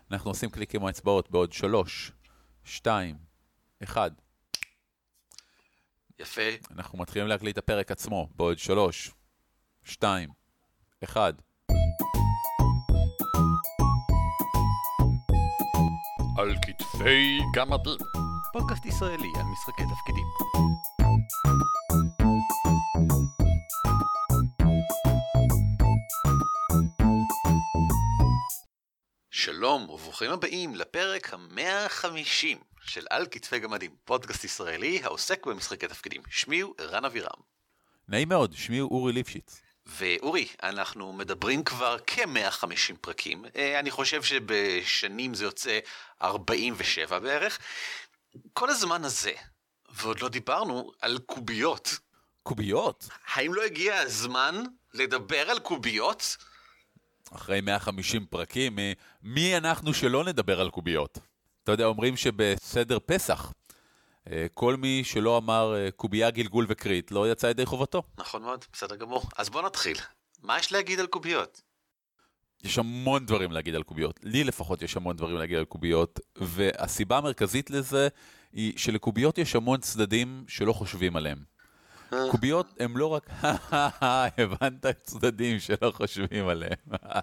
אנחנו עושים קליק עם האצבעות בעוד 3, 2, 1. יפה. אנחנו מתחילים להקליט את הפרק עצמו בעוד 3, 2, 1. על כתפי גמדים. פודקאסט ישראלי על משחקי תפקידים. שלום וברוכים הבאים לפרק ה-150 של על כתפי גמדים, פודקאסט ישראלי העוסק במשחקי תפקידים. שמי הוא ערן אבירם. נעים מאוד, שמי הוא אורי ליפשיץ. ואורי, אנחנו מדברים כבר כ-150 פרקים, אני חושב שבשנים זה יוצא 47 בערך. כל הזמן הזה, ועוד לא דיברנו על קוביות. קוביות? האם לא הגיע הזמן לדבר על קוביות? אחרי 150 פרקים, מי אנחנו שלא נדבר על קוביות? אתה יודע, אומרים שבסדר פסח, כל מי שלא אמר קובייה, גלגול וקרית, לא יצא ידי חובתו. נכון מאוד, בסדר גמור. אז בוא נתחיל. מה יש להגיד על קוביות? יש המון דברים להגיד על קוביות. לי לפחות יש המון דברים להגיד על קוביות, והסיבה המרכזית לזה היא שלקוביות יש המון צדדים שלא חושבים עליהם. קוביות הם לא רק, הבנת צדדים שלא חושבים עליהם.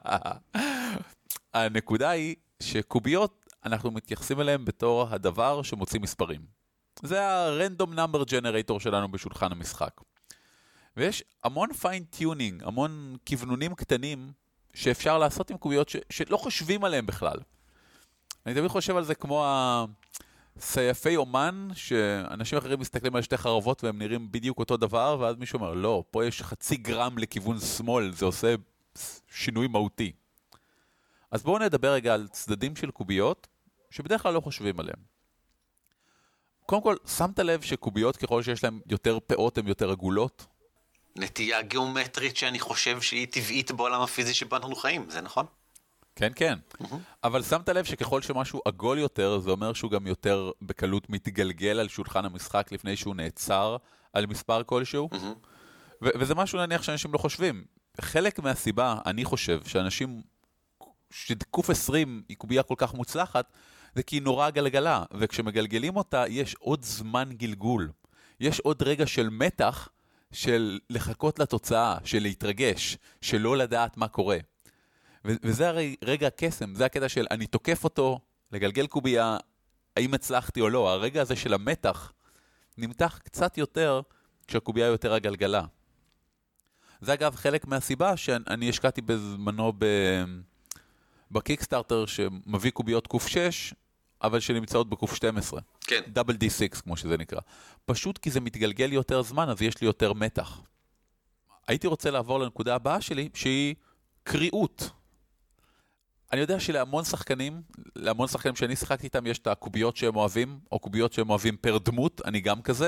הנקודה היא שקוביות, אנחנו מתייחסים אליהם בתור הדבר שמוציא מספרים. זה ה-random number generator שלנו בשולחן המשחק. ויש המון fine tuning, המון כיוונונים קטנים שאפשר לעשות עם קוביות שלא חושבים עליהם בכלל. אני תמיד חושב על זה כמו סייפי אומן, שאנשים אחרים מסתכלים על שתי חרבות והם נראים בדיוק אותו דבר, ואז מישהו אומר, לא, פה יש 0.5 גרם לכיוון שמאל, זה עושה שינוי מהותי. אז בואו נדבר רגע על צדדים של קוביות, שבדרך כלל לא חושבים עליהם. קודם כל, שמת לב שקוביות ככל שיש להם יותר פאות, הן יותר עגולות? נטייה גיאומטרית שאני חושב שהיא טבעית בעולם הפיזי שבו אנחנו חיים, זה נכון? כן, כן. אבל שמת לב שככל שמשהו עגול יותר, זה אומר שהוא גם יותר בקלות מתגלגל על שולחן המשחק לפני שהוא נעצר על מספר כלשהו. וזה משהו נניח שאנשים לא חושבים. חלק מהסיבה, אני חושב, שאנשים, שדקוף 20 היא קובייה כל כך מוצלחת, זה כי היא נורא גלגלה, וכשמגלגלים אותה יש עוד זמן גלגול. יש עוד רגע של מתח, של לחכות לתוצאה, של להתרגש, של לא לדעת מה קורה. וזה הרי רגע הקסם, זה הקטע של אני תוקף אותו, לגלגל קובייה, האם הצלחתי או לא. הרגע הזה של המתח נמתח קצת יותר כשהקובייה יותר הגלגלה. זה אגב חלק מהסיבה שאני השקעתי בזמנו בקיקסטארטר שמביא קוביות קוף 6, אבל שנמצאות בקוף 12. כן. דאבל D6 כמו שזה נקרא. פשוט כי זה מתגלגל יותר זמן, אז יש לי יותר מתח. הייתי רוצה לעבור לנקודה הבאה שלי, שהיא קריאות. אני יודע שלהמון שחקנים שאני שיחקתי איתם, יש את הקוביות שהם אוהבים, או קוביות שהם אוהבים פר דמות, אני גם כזה.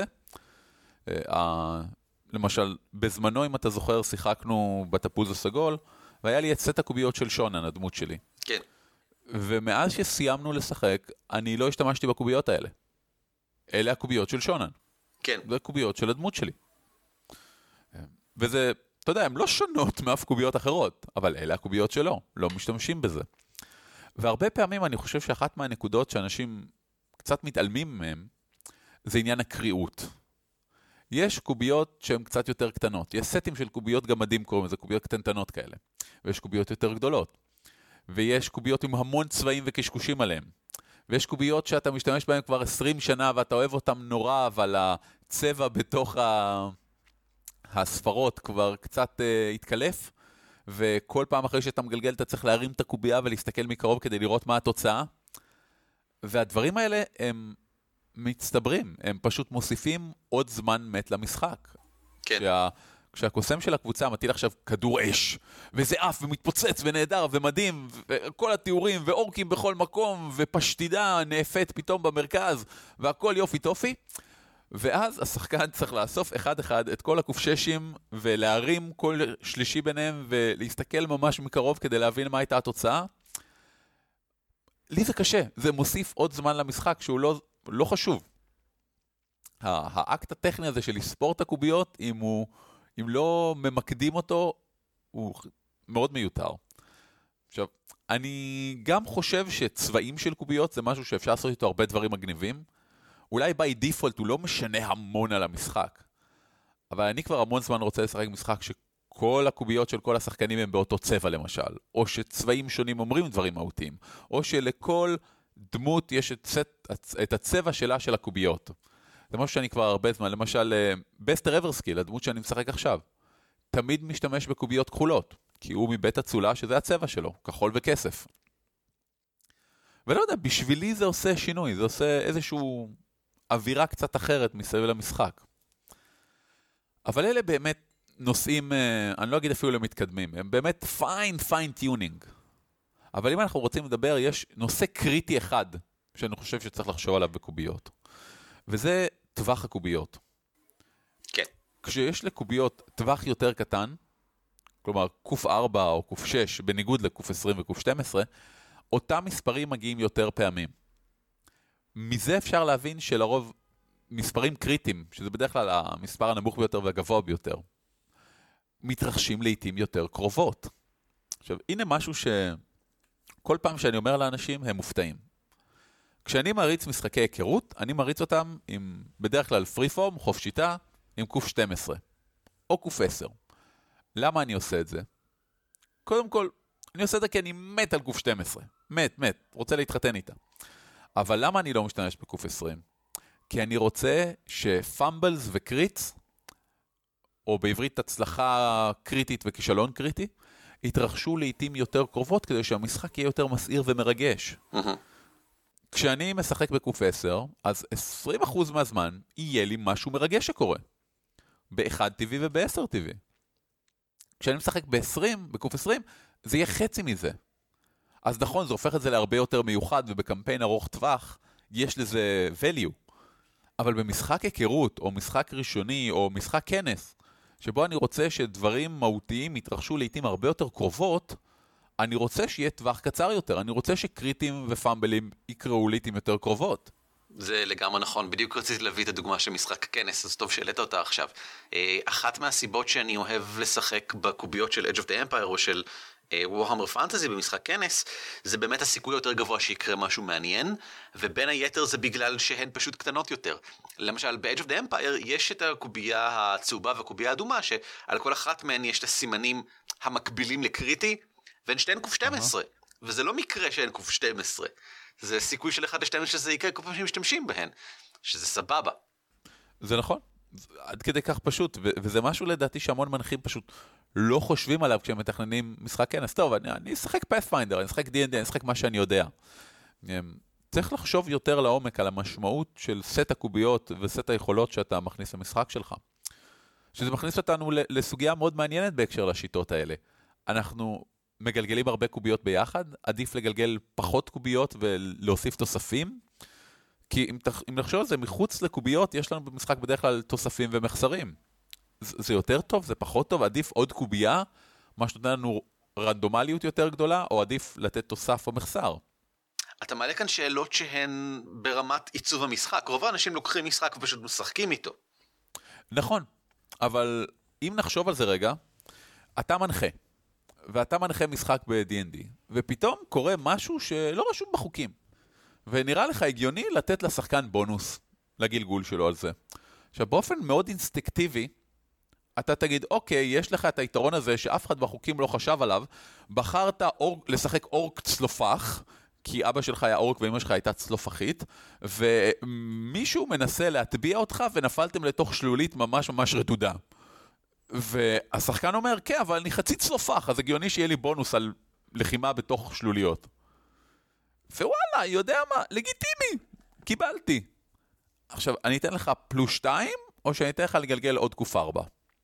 למשל, בזמנו, אם אתה זוכר, שיחקנו בתפוז הסגול, והיה לי את סט הקוביות של שונן, הדמות שלי. כן. ומאז שסיימנו לשחק, אני לא השתמשתי בקוביות האלה. אלה הקוביות של שונן. כן. זה הקוביות של הדמות שלי. וזה, אתה יודע, הן לא שונות מאף קוביות אחרות, אבל אלה הקוביות שלו, לא משתמשים בזה. והרבה פעמים אני חושב שאחת מהנקודות שאנשים קצת מתעלמים מהם, זה עניין הקריאות. יש קוביות שהן קצת יותר קטנות. יש סטים של קוביות גמדים קוראים לזה, קוביות קטנטנות כאלה. ויש קוביות יותר גדולות. ויש קוביות עם המון צבעים וקשקושים עליהם. ויש קוביות שאתה משתמש בהן כבר 20 שנה, ואתה אוהב אותם נורא, אבל הצבע בתוך הספרות כבר קצת התקלף, וכל פעם אחרי שאתה מגלגל, אתה צריך להרים את הקובייה ולהסתכל מקרוב כדי לראות מה התוצאה. והדברים האלה הם מצטברים, הם פשוט מוסיפים עוד זמן מת למשחק. כן. כשהקוסם של הקבוצה מטיל עכשיו כדור אש, וזה אף ומתפוצץ ונהדר ומדהים, וכל התיאורים ואורקים בכל מקום, ופשטידה נאפת פתאום במרכז, והכל יופי טופי, ואז השחקן צריך לאסוף אחד אחד את כל הקופששים, ולהרים כל שלישי ביניהם, ולהסתכל ממש מקרוב כדי להבין מה הייתה התוצאה. לי זה קשה, זה מוסיף עוד זמן למשחק שהוא לא חשוב. האקט הטכני הזה של לספור את הקוביות, אם לא ממקדים אותו, הוא מאוד מיותר. עכשיו, אני גם חושב שצבעים של קוביות זה משהו שאפשר לעשות איתו הרבה דברים מגניבים. אולי by default הוא לא משנה המון על המשחק. אבל אני כבר המון זמן רוצה לשחק משחק שכל הקוביות של כל השחקנים הם באותו צבע למשל. או שצבעים שונים אומרים דברים מהותיים. או שלכל דמות יש את הצבע שלה של הקוביות. זה משהו שאני כבר הרבה זמן. למשל, בסטר אברסקיל, הדמות שאני משחק עכשיו, תמיד משתמש בקוביות כחולות. כי הוא מבית הצולה שזה הצבע שלו, כחול וכסף. ולא יודע, בשבילי זה עושה שינוי, זה עושה איזשהו אווירה קצת אחרת מסביב למשחק. אבל אלה באמת נושאים, אני לא אגיד אפילו למתקדמים, הם באמת fine tuning. אבל אם אנחנו רוצים לדבר, יש נושא קריטי אחד שאני חושב שצריך לחשוב עליו בקוביות. וזה טווח הקוביות. כן. כשיש לקוביות טווח יותר קטן, כלומר, ק4 או ק6, בניגוד ל-ק20 ו-ק12, אותם מספרים מגיעים יותר פעמים. מזה אפשר להבין שלרוב מספרים קריטיים, שזה בדרך כלל המספר הנמוך ביותר והגבוה ביותר, מתרחשים לעתים יותר קרובות. עכשיו, הנה משהו שכל פעם שאני אומר לאנשים, הם מופתעים. כשאני מריץ משחקי היכרות, אני מריץ אותם עם בדרך כלל פרי פורם, חופשיתה, עם ק12 או ק10. למה אני עושה את זה? קודם כל, אני עושה את זה כי אני מת על ק12. מת, רוצה להתחתן איתה. אבל למה אני לא משתמש בק20? כי אני רוצה שפאמבלס וקריטס, או בעברית הצלחה קריטית וכישלון קריטי, יתרחשו לעתים יותר קרובות כדי שהמשחק יהיה יותר מסעיר ומרגש. כשאני משחק בק10, אז 20% מהזמן יהיה לי משהו מרגש שקורה. ב1 TV וב10 TV. כשאני משחק ב-20, בק20, זה יהיה חצי מזה. אז נכון, זה הופך את זה להרבה יותר מיוחד, ובקמפיין ארוך טווח, יש לזה value. אבל במשחק היכרות, או משחק ראשוני, או משחק כנס, שבו אני רוצה שדברים מהותיים יתרחשו לעתים הרבה יותר קרובות, אני רוצה שיהיה טווח קצר יותר. אני רוצה שקריטים ופאמבלים יקראו לעתים יותר קרובות. זה לגמרי נכון, בדיוק רציתי להביא את הדוגמה של משחק כנס, אז טוב שהעלית אותה עכשיו. אחת מהסיבות שאני אוהב לשחק בקוביות של Age of the Empire או של Warhammer Fantasy במשחק כנס, זה באמת הסיכוי יותר גבוה שיקרה משהו מעניין, ובין היתר זה בגלל שהן פשוט קטנות יותר. למשל, ב-Age of the Empire יש את הקובייה הצהובה והקובייה האדומה, שעל כל אחת מהן יש את הסימנים המקבילים לקריטי, והן שתיהן ק12, וזה לא מקרה שהן ק12. זה סיכוי של 1 ל-12 שזה יקרה כל פעם שמשתמשים בהן, שזה סבבה. זה נכון, עד כדי כך פשוט, וזה משהו לדעתי שהמון מנחים פשוט לא חושבים עליו כשהם מתכננים משחק כנס. טוב, אני אשחק פאת'פיינדר, אני אשחק D&D, אני אשחק מה שאני יודע. צריך לחשוב יותר לעומק על המשמעות של סט הקוביות וסט היכולות שאתה מכניס למשחק שלך. שזה מכניס אותנו לסוגיה מאוד מעניינת בהקשר לשיטות האלה. אנחנו מגלגלים הרבה קוביות ביחד, עדיף לגלגל פחות קוביות ולהוסיף תוספים, כי אם נחשוב על זה, מחוץ לקוביות יש לנו במשחק בדרך כלל תוספים ומחסרים. זה יותר טוב, זה פחות טוב, עדיף עוד קובייה, מה שנותן לנו רנדומליות יותר גדולה, או עדיף לתת תוסף או מחסר. אתה מעלה כאן שאלות שהן ברמת עיצוב המשחק. רוב האנשים לוקחים משחק ופשוט משחקים איתו. נכון, אבל אם נחשוב על זה רגע, אתה מנחה. ואתה מנחה משחק ב-D&D, ופתאום קורה משהו שלא רשום בחוקים. ונראה לך הגיוני לתת לשחקן בונוס לגלגול שלו על זה. עכשיו, באופן מאוד אינסטינקטיבי, אתה תגיד, אוקיי, יש לך את היתרון הזה שאף אחד בחוקים לא חשב עליו, בחרת לשחק אורק צלופח, כי אבא שלך היה אורק ואמא שלך הייתה צלופחית, ומישהו מנסה להטביע אותך ונפלתם לתוך שלולית ממש ממש רדודה. והשחקן אומר, כן, אבל אני חצי צלופח, אז הגיוני שיהיה לי בונוס על לחימה בתוך שלוליות. ווואלה, יודע מה, לגיטימי, קיבלתי. עכשיו, אני אתן לך +2, או שאני אתן לך לגלגל עוד ק4?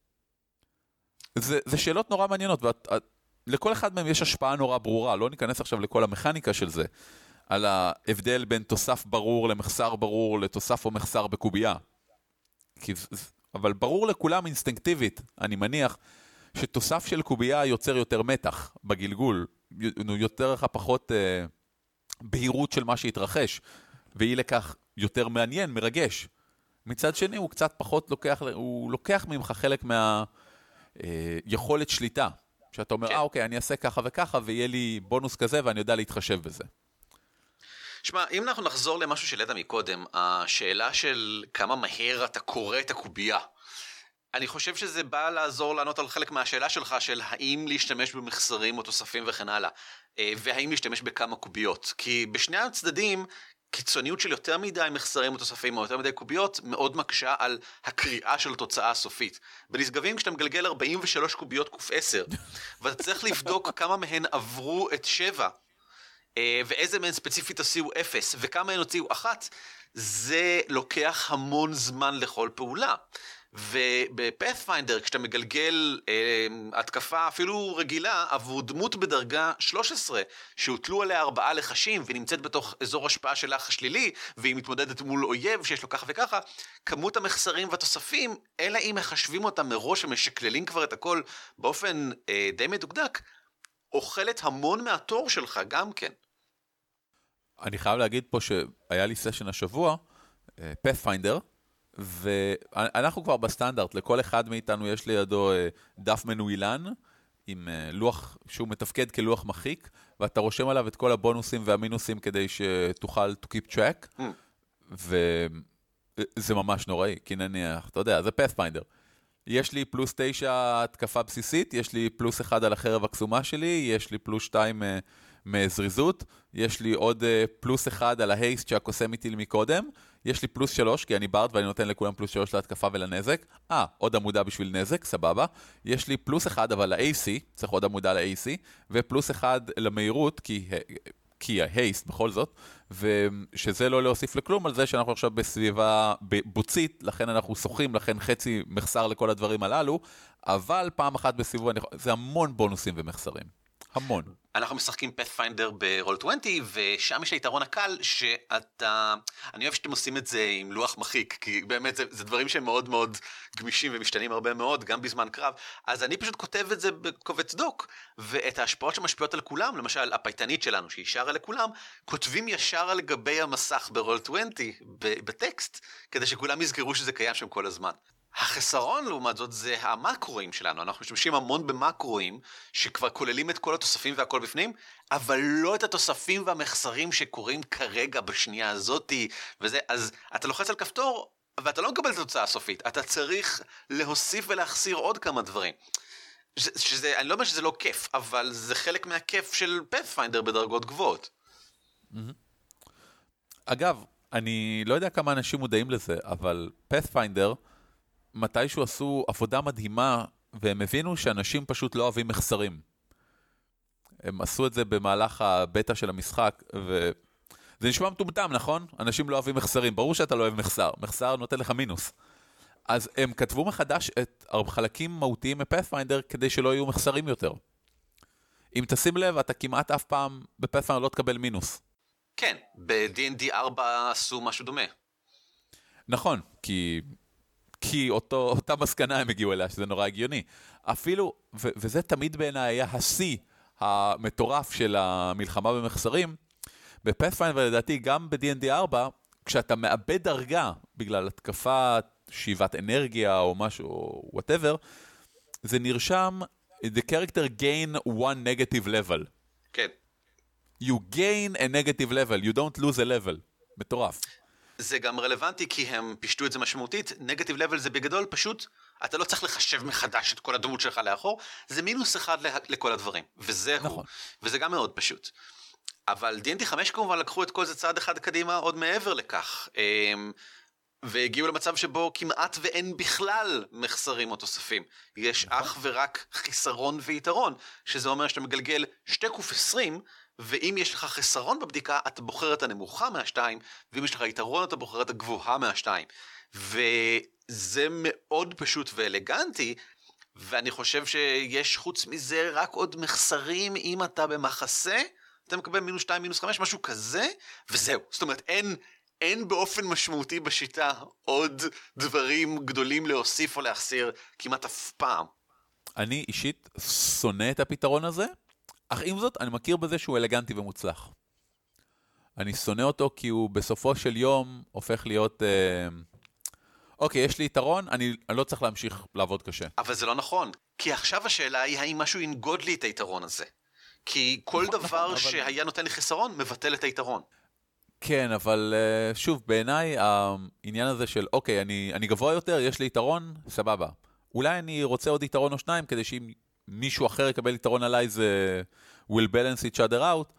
זה שאלות נורא מעניינות, ולכל אחד מהם יש השפעה נורא ברורה, לא ניכנס עכשיו לכל המכניקה של זה, על ההבדל בין תוסף ברור למחסר ברור, לתוסף או מחסר בקובייה. אבל ברור לכולם אינסטינקטיבית, אני מניח, שתוסף של קובייה יוצר יותר מתח בגלגול, יותר לך פחות בהירות של מה שהתרחש, והיא לכך יותר מעניין, מרגש. מצד שני, הוא קצת פחות לוקח ממך חלק מהיכולת שליטה שאתה אומר, כן. אוקיי, אני אעשה ככה וככה, ויהיה לי בונוס כזה, ואני יודע להתחשב בזה. שמע, אם אנחנו נחזור למשהו שהעלית מקודם, השאלה של כמה מהר אתה קורא את הקובייה, אני חושב שזה בא לעזור לענות על חלק מהשאלה שלך של האם להשתמש במחסרים או תוספים וכן הלאה, והאם להשתמש בכמה קוביות. כי בשני הצדדים, קיצוניות של יותר מדי מחסרים או תוספים או יותר מדי קוביות מאוד מקשה על הקריאה של התוצאה הסופית. בנשגבים כשאתה מגלגל 43 קוביות קוף 10, ואתה צריך לבדוק כמה מהן עברו את 7, ואיזה מהן ספציפית הוציאו 0, וכמה מהן הוציאו 1, זה לוקח המון זמן לכל פעולה. ובפאת'פיינדר, כשאתה מגלגל התקפה אפילו רגילה עבור דמות בדרגה 13, שהוטלו עליה 4 לחשים ונמצאת בתוך אזור השפעה של לחש שלילי, והיא מתמודדת מול אויב שיש לו ככה וככה, כמות המחסרים והתוספים, אלא אם מחשבים אותם מראש ומשקללים כבר את הכל באופן די מדוקדק, אוכלת המון מהתור שלך גם כן. אני חייב להגיד פה שהיה לי סשן השבוע, פאת'פיינדר, ואנחנו כבר בסטנדרט, לכל אחד מאיתנו יש לידו דף מנוילן, עם לוח שהוא מתפקד כלוח מחיק, ואתה רושם עליו את כל הבונוסים והמינוסים כדי שתוכל to keep track, וזה ממש נוראי, כי נניח, אתה יודע, זה Pathfinder. יש לי פלוס 9 התקפה בסיסית, יש לי פלוס 1 על החרב הקסומה שלי, יש לי פלוס 2 מזריזות, יש לי עוד פלוס 1 על ההייסט שהקוסם איתי מקודם, יש לי פלוס 3, כי אני בארד ואני נותן לכולם פלוס 3 להתקפה ולנזק. עוד עמודה בשביל נזק, סבבה. יש לי פלוס 1 אבל ל-AC, צריך עוד עמודה ל-AC, ופלוס 1 למהירות, כי ההייסט בכל זאת, ושזה לא להוסיף לכלום על זה שאנחנו עכשיו בסביבה בוצית, לכן אנחנו שוחים, לכן חצי מחסר לכל הדברים הללו, אבל פעם אחת בסיבוב, זה המון בונוסים ומחסרים. המון. אנחנו משחקים Pathfinder ב-Roll20, ושם יש היתרון הקל שאתה, אני אוהב שאתם עושים את זה עם לוח מחיק, כי באמת זה דברים שהם מאוד מאוד גמישים ומשתנים הרבה מאוד, גם בזמן קרב, אז אני פשוט כותב את זה בקובץ דוק, ואת ההשפעות שמשפיעות על כולם, למשל הפייטנית שלנו שהיא שרה לכולם, כותבים ישר על גבי המסך ב-Roll20 בטקסט, כדי שכולם יזכרו שזה קיים שם כל הזמן. החסרון לעומת זאת זה המקרואים שלנו, אנחנו משתמשים המון במקרואים שכבר כוללים את כל התוספים והכל בפנים, אבל לא את התוספים והמחסרים שקורים כרגע בשנייה הזאת, וזה, אז אתה לוחץ על כפתור ואתה לא מקבל את התוצאה הסופית, אתה צריך להוסיף ולהחסיר עוד כמה דברים. שזה, אני לא אומר שזה לא כיף, אבל זה חלק מהכיף של Pathfinder בדרגות גבוהות. אגב, אני לא יודע כמה אנשים מודעים לזה, אבל Pathfinder מתישהו עשו עבודה מדהימה, והם הבינו שאנשים פשוט לא אוהבים מחסרים. הם עשו את זה במהלך הבטא של המשחק, וזה נשמע מטומטם, נכון? אנשים לא אוהבים מחסרים. ברור שאתה לא אוהב מחסר. מחסר נותן לך מינוס. אז הם כתבו מחדש את חלקים מהותיים מפאת'פיינדר, כדי שלא יהיו מחסרים יותר. אם תשים לב, אתה כמעט אף פעם בפאת'פיינדר לא תקבל מינוס. כן, ב-D&D 4 עשו משהו דומה. נכון, כי אותה מסקנה הם הגיעו אליה, שזה נורא הגיוני. אפילו, וזה תמיד בעיניי היה השיא המטורף של המלחמה במחסרים, בפאת'פיינדר לדעתי גם ב-D&D 4, כשאתה מאבד דרגה בגלל התקפה, שאיבת אנרגיה או משהו, או whatever, זה נרשם, the character gain one negative level. כן. You gain a negative level, you don't lose a level. מטורף. זה גם רלוונטי כי הם פשטו את זה משמעותית, נגטיב לבל זה בגדול פשוט, אתה לא צריך לחשב מחדש את כל הדמות שלך לאחור, זה מינוס 1 לכל הדברים, וזהו, נכון. וזה גם מאוד פשוט. אבל D&D 5 כמובן לקחו את כל זה צעד אחד קדימה עוד מעבר לכך, והגיעו למצב שבו כמעט ואין בכלל מחסרים או תוספים, יש אך ורק חיסרון ויתרון, שזה אומר שאתה מגלגל 2 קוף 20, ואם יש לך חסרון בבדיקה, אתה בוחר את הנמוכה מהשתיים, ואם יש לך יתרון, אתה בוחר את הגבוהה מהשתיים. וזה מאוד פשוט ואלגנטי, ואני חושב שיש חוץ מזה רק עוד מחסרים, אם אתה במחסה, אתה מקבל מינוס 2, מינוס 5, משהו כזה, וזהו. זאת אומרת, אין באופן משמעותי בשיטה עוד דברים גדולים להוסיף או להחסיר כמעט אף פעם. אני אישית שונא את הפתרון הזה, אך עם זאת, אני מכיר בזה שהוא אלגנטי ומוצלח. אני שונא אותו כי הוא בסופו של יום הופך להיות, אוקיי, יש לי יתרון, אני לא צריך להמשיך לעבוד קשה. אבל זה לא נכון, כי עכשיו השאלה היא האם משהו ינגוד לי את היתרון הזה. כי כל דבר שהיה נותן לי חיסרון מבטל את היתרון. כן, אבל שוב, בעיניי העניין הזה של, אוקיי, אני גבוה יותר, יש לי יתרון, סבבה. אולי אני רוצה עוד יתרון או שניים, כדי שאם מישהו אחר יקבל יתרון עליי, זה will balance each other out,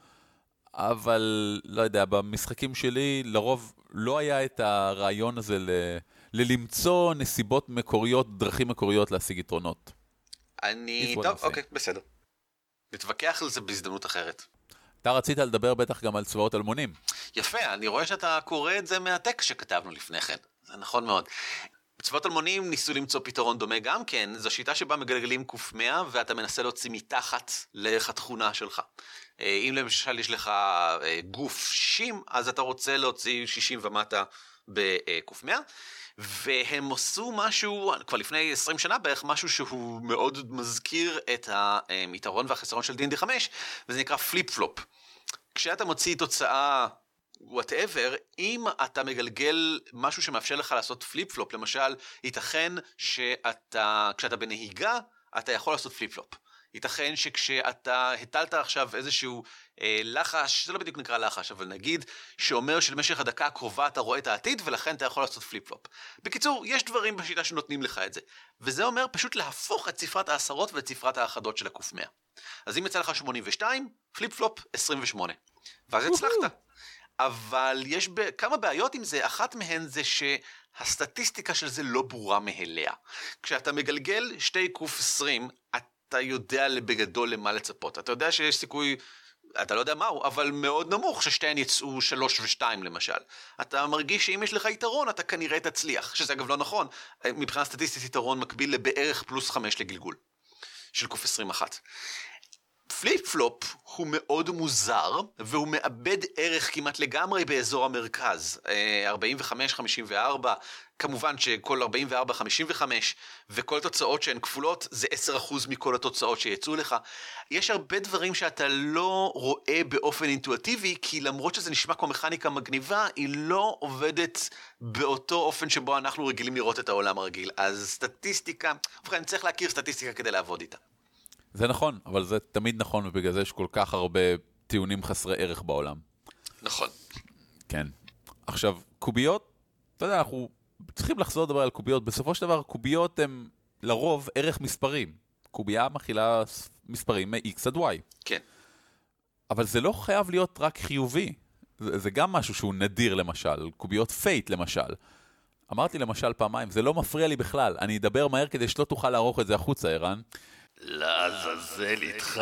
אבל לא יודע, במשחקים שלי, לרוב לא היה את הרעיון הזה ללמצוא נסיבות מקוריות, דרכים מקוריות להשיג יתרונות. טוב, אוקיי, בסדר. נתווכח על זה בהזדמנות אחרת. אתה רצית לדבר בטח גם על צבאות אלמונים. יפה, אני רואה שאתה קורא את זה מהטקסט שכתבנו לפני כן. זה נכון מאוד. צבאות אלמונים ניסו למצוא פתרון דומה גם כן. זו שיטה שבה מגלגלים קוף 100 ואתה מנסה להוציא מתחת לערך התכונה שלך. אם למשל יש לך גוף 60, אז אתה רוצה להוציא 60 ומטה בקוף 100. והם עשו משהו, כבר לפני 20 שנה בערך, משהו שהוא מאוד מזכיר את היתרון והחיסרון של D&D 5, וזה נקרא פליפ פלופ. כשאתה מוציא תוצאה whatever, אם אתה מגלגל משהו שמאפשר לך לעשות פליפ פלופ, למשל, ייתכן כשאתה בנהיגה, אתה יכול לעשות פליפ פלופ. ייתכן שכשאתה הטלת עכשיו איזשהו לחש, זה לא בדיוק נקרא לחש, אבל נגיד שאומר שלמשך הדקה הקרובה אתה רואה את העתיד, ולכן אתה יכול לעשות פליפ-פלופ. בקיצור, יש דברים בשיטה שנותנים לך את זה. וזה אומר פשוט להפוך את ספרת העשרות ואת ספרת האחדות של הקוף 100. אז אם יצא לך 82, פליפ-פלופ 28. ואז הצלחת. אבל יש כמה בעיות עם זה, אחת מהן זה שהסטטיסטיקה של זה לא ברורה מאליה. כשאתה מגלגל שתי קוף 20, אתה יודע בגדול למה לצפות. אתה יודע שיש סיכוי, אתה לא יודע מהו, אבל מאוד נמוך ששתיהן יצאו 3 ו2 למשל. אתה מרגיש שאם יש לך יתרון, אתה כנראה תצליח, שזה אגב לא נכון. מבחינה סטטיסטית יתרון מקביל לבערך פלוס 5 לגלגול, של קוף 21. פליפ פלופ הוא מאוד מוזר, והוא מאבד ערך כמעט לגמרי באזור המרכז. 45-54, כמובן שכל 44-55, וכל תוצאות שהן כפולות, זה 10% מכל התוצאות שיצאו לך. יש הרבה דברים שאתה לא רואה באופן אינטואטיבי, כי למרות שזה נשמע כמו מכניקה מגניבה, היא לא עובדת באותו אופן שבו אנחנו רגילים לראות את העולם הרגיל. אז סטטיסטיקה, ובכן, צריך להכיר סטטיסטיקה כדי לעבוד איתה. זה נכון, אבל זה תמיד נכון, ובגלל זה יש כל כך הרבה טיעונים חסרי ערך בעולם. נכון. כן. עכשיו, קוביות, אתה יודע, אנחנו צריכים לחזור לדבר על קוביות. בסופו של דבר, קוביות הן לרוב ערך מספרים. קובייה מכילה מספרים מ-X עד Y. כן. אבל זה לא חייב להיות רק חיובי. זה גם משהו שהוא נדיר למשל. קוביות פייט למשל. אמרתי למשל פעמיים, זה לא מפריע לי בכלל. אני אדבר מהר כדי שלא תוכל לערוך את זה החוצה, ערן. לעזאזל איתך,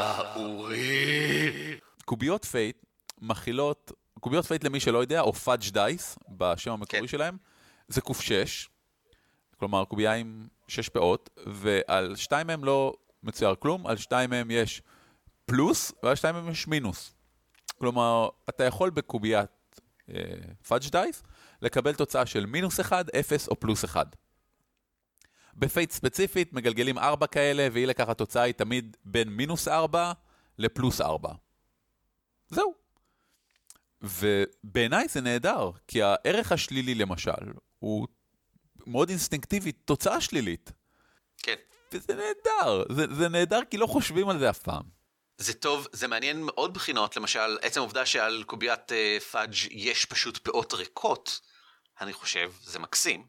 אורי. קוביות פייט מכילות, קוביות פייט למי שלא יודע, או פאג' דייס, בשם המקורי שלהם, זה קוף 6, כלומר קובייה עם 6 פאות, ועל 2 מהם לא מצויר כלום, על 2 מהם יש פלוס, ועל 2 מהם יש מינוס. כלומר, אתה יכול בקוביית פאג' דייס, לקבל תוצאה של מינוס 1, 0 או פלוס 1. בפייט ספציפית מגלגלים 4 כאלה, והיא לכך התוצאה היא תמיד בין מינוס 4 לפלוס 4. זהו. ובעיניי זה נהדר, כי הערך השלילי למשל, הוא מאוד אינסטינקטיבי, תוצאה שלילית. כן. וזה נהדר. זה נהדר כי לא חושבים על זה אף פעם. זה טוב, זה מעניין מאוד בחינות, למשל, עצם העובדה שעל קוביית פאג' יש פשוט פאות ריקות, אני חושב, זה מקסים,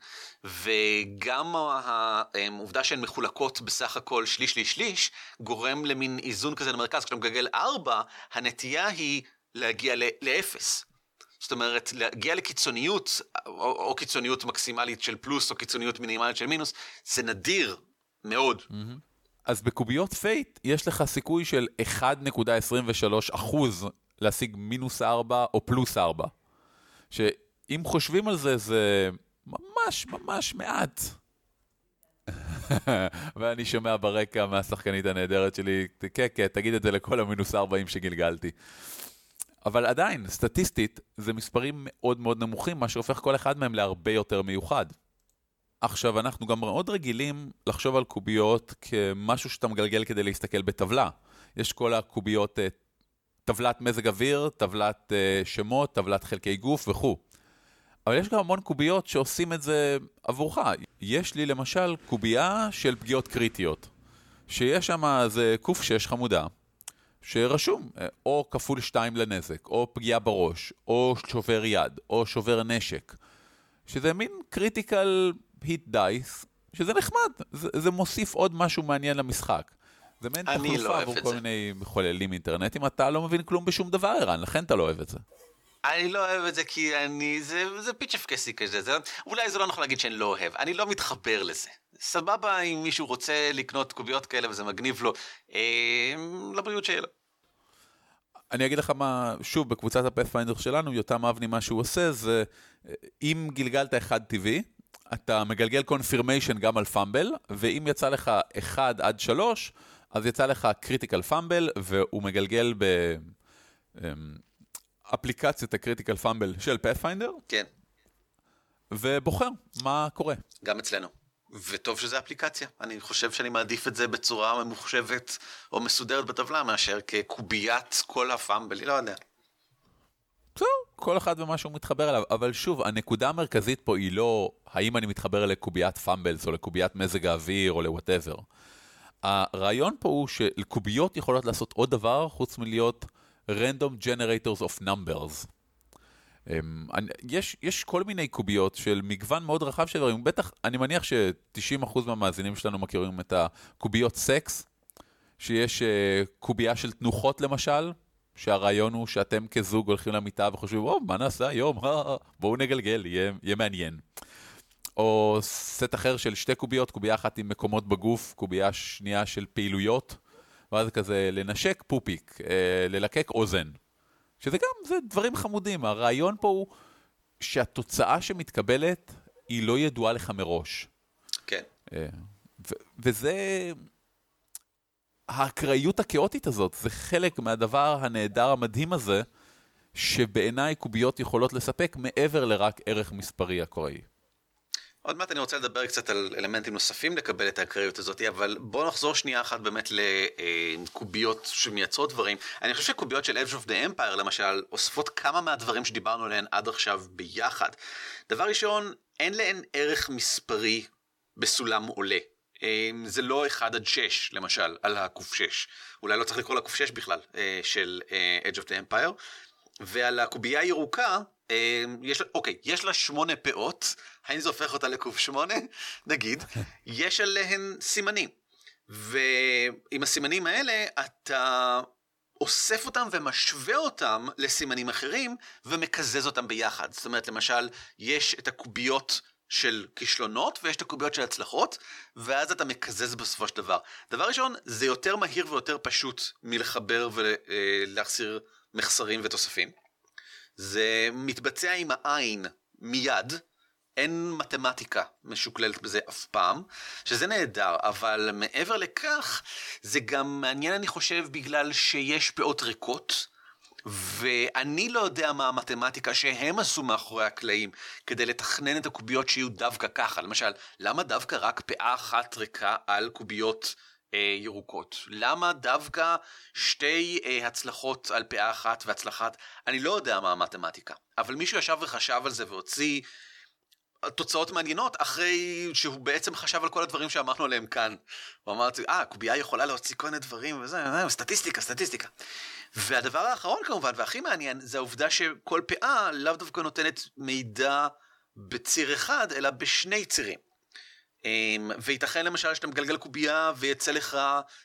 וגם העובדה שהן מחולקות בסך הכל שליש, גורם למין איזון כזה למרכז. כשאתה מגלגל 4, הנטייה היא להגיע ל-0. זאת אומרת, להגיע לקיצוניות, או קיצוניות מקסימלית של פלוס, או קיצוניות מינימלית של מינוס, זה נדיר מאוד. אז בקוביות פייט יש לך סיכוי של 1.23% להשיג מינוס 4 או פלוס 4. שאם חושבים על זה, זה ממש ממש מעט. ואני שומע ברקע מהשחקנית הנהדרת שלי, כן, תגיד את זה לכל המינוס 40 שגלגלתי. אבל עדיין, סטטיסטית, זה מספרים מאוד מאוד נמוכים, מה שהופך כל אחד מהם להרבה יותר מיוחד. עכשיו, אנחנו גם מאוד רגילים לחשוב על קוביות כמשהו שאתה מגלגל כדי להסתכל בטבלה. יש כל הקוביות, טבלת מזג אוויר, טבלת שמות, טבלת חלקי גוף וכו'. אבל יש גם המון קוביות שעושים את זה עבורך. יש לי למשל קובייה של פגיעות קריטיות. שיש שם איזה קוף 6 חמודה, שרשום או כפול 2 לנזק, או פגיעה בראש, או שובר יד, או שובר נשק, שזה מין קריטיקל היט דייס, שזה נחמד, זה מוסיף עוד משהו מעניין למשחק. זה מעין תחלופה עבור כל מיני מחוללים אינטרנטיים, אתה לא מבין כלום בשום דבר, ערן, לכן אתה לא אוהב את זה. אני לא אוהב את זה כי זה פיץ' אפקסי כזה, אולי זה לא נכון להגיד שאני לא אוהב, אני לא מתחבר לזה. סבבה אם מישהו רוצה לקנות קוביות כאלה וזה מגניב לו, לבריאות שיהיה לו. אני אגיד לך מה, שוב, בקבוצת הפאת'פיינדר שלנו, יותם אבני, מה שהוא עושה, זה אם גלגלת אחד טבעי, אתה מגלגל קונפירמיישן גם על פאמבל, ואם יצא לך 1 עד 3, אז יצא לך קריטיקל פאמבל, והוא מגלגל באפליקציית הקריטיקל פאמבל של פאת'פיינדר. כן. ובוחר מה קורה. גם אצלנו. וטוב שזה אפליקציה. אני חושב שאני מעדיף את זה בצורה ממוחשבת או מסודרת בטבלה, מאשר כקוביית כל הפאמבלי, לא יודע. בסדר, כל אחד ומה שהוא מתחבר אליו, אבל שוב, הנקודה המרכזית פה היא לא האם אני מתחבר לקוביית פאמבלס או לקוביית מזג האוויר או לווואטאבר. הרעיון פה הוא שקוביות יכולות לעשות עוד דבר חוץ מלהיות random generators of numbers. יש כל מיני קוביות של מגוון מאוד רחב של דברים, בטח אני מניח ש90% מהמאזינים שלנו מכירים את הקוביות סקס, שיש קובייה של תנוחות למשל, שהרעיון הוא שאתם כזוג הולכים למיטה וחושבים, מה נעשה היום? בואו נגלגל, יהיה מעניין. או סט אחר של 2 קוביות, קובייה אחת עם מקומות בגוף, קובייה שנייה של פעילויות, ואז כזה לנשק פופיק, ללקק אוזן. שזה גם, זה דברים חמודים. הרעיון פה הוא שהתוצאה שמתקבלת היא לא ידועה לך מראש. כן. וזה, האקראיות הכאוטית הזאת, זה חלק מהדבר הנהדר המדהים הזה, שבעיניי קוביות יכולות לספק מעבר לרק ערך מספרי אקראי. עוד מעט אני רוצה לדבר קצת על אלמנטים נוספים לקבל את האקראיות הזאת, אבל בואו נחזור שנייה אחת באמת לקוביות שמייצרות דברים. אני חושב שקוביות של Age of the Empire למשל, אוספות כמה מהדברים שדיברנו עליהן עד עכשיו ביחד. דבר ראשון, אין להן ערך מספרי בסולם עולה. זה לא 1 עד 6 למשל על הקוף 6. אולי לא צריך לקרוא לקוף 6 בכלל של Age of the Empire. ועל הקובייה הירוקה, יש לה 8 פאות, האם זה הופך אותה לקוף 8? נגיד, יש עליהן סימנים, ועם הסימנים האלה אתה אוסף אותם ומשווה אותם לסימנים אחרים, ומקזז אותם ביחד. זאת אומרת, למשל, יש את הקוביות של כישלונות, ויש את הקוביות של הצלחות, ואז אתה מקזז בסופו של דבר. דבר ראשון, זה יותר מהיר ויותר פשוט מלחבר ולהחסיר מחסרים ותוספים. זה מתבצע עם העין מיד, אין מתמטיקה משוקללת בזה אף פעם, שזה נהדר, אבל מעבר לכך, זה גם מעניין אני חושב בגלל שיש פאות ריקות, ואני לא יודע מה המתמטיקה שהם עשו מאחורי הקלעים, כדי לתכנן את הקוביות שיהיו דווקא ככה. למשל, למה דווקא רק פאה אחת ריקה על קוביות ירוקות? למה דווקא 2 הצלחות על פאה אחת והצלחת? אני לא יודע מה המתמטיקה, אבל מישהו ישב וחשב על זה והוציא תוצאות מעניינות אחרי שהוא בעצם חשב על כל הדברים שאמרנו עליהם כאן. הוא אמר, קובייה יכולה להוציא כל מיני דברים וזה, סטטיסטיקה. והדבר האחרון כמובן והכי מעניין זה העובדה שכל פאה לאו דווקא נותנת מידע בציר אחד אלא בשני צירים. וייתכן למשל שאתה מגלגל קובייה ויצא לך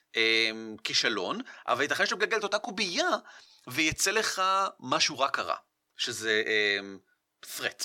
כישלון, אבל ייתכן שאתה מגלגל את אותה קובייה ויצא לך משהו רק קרה, שזה threat.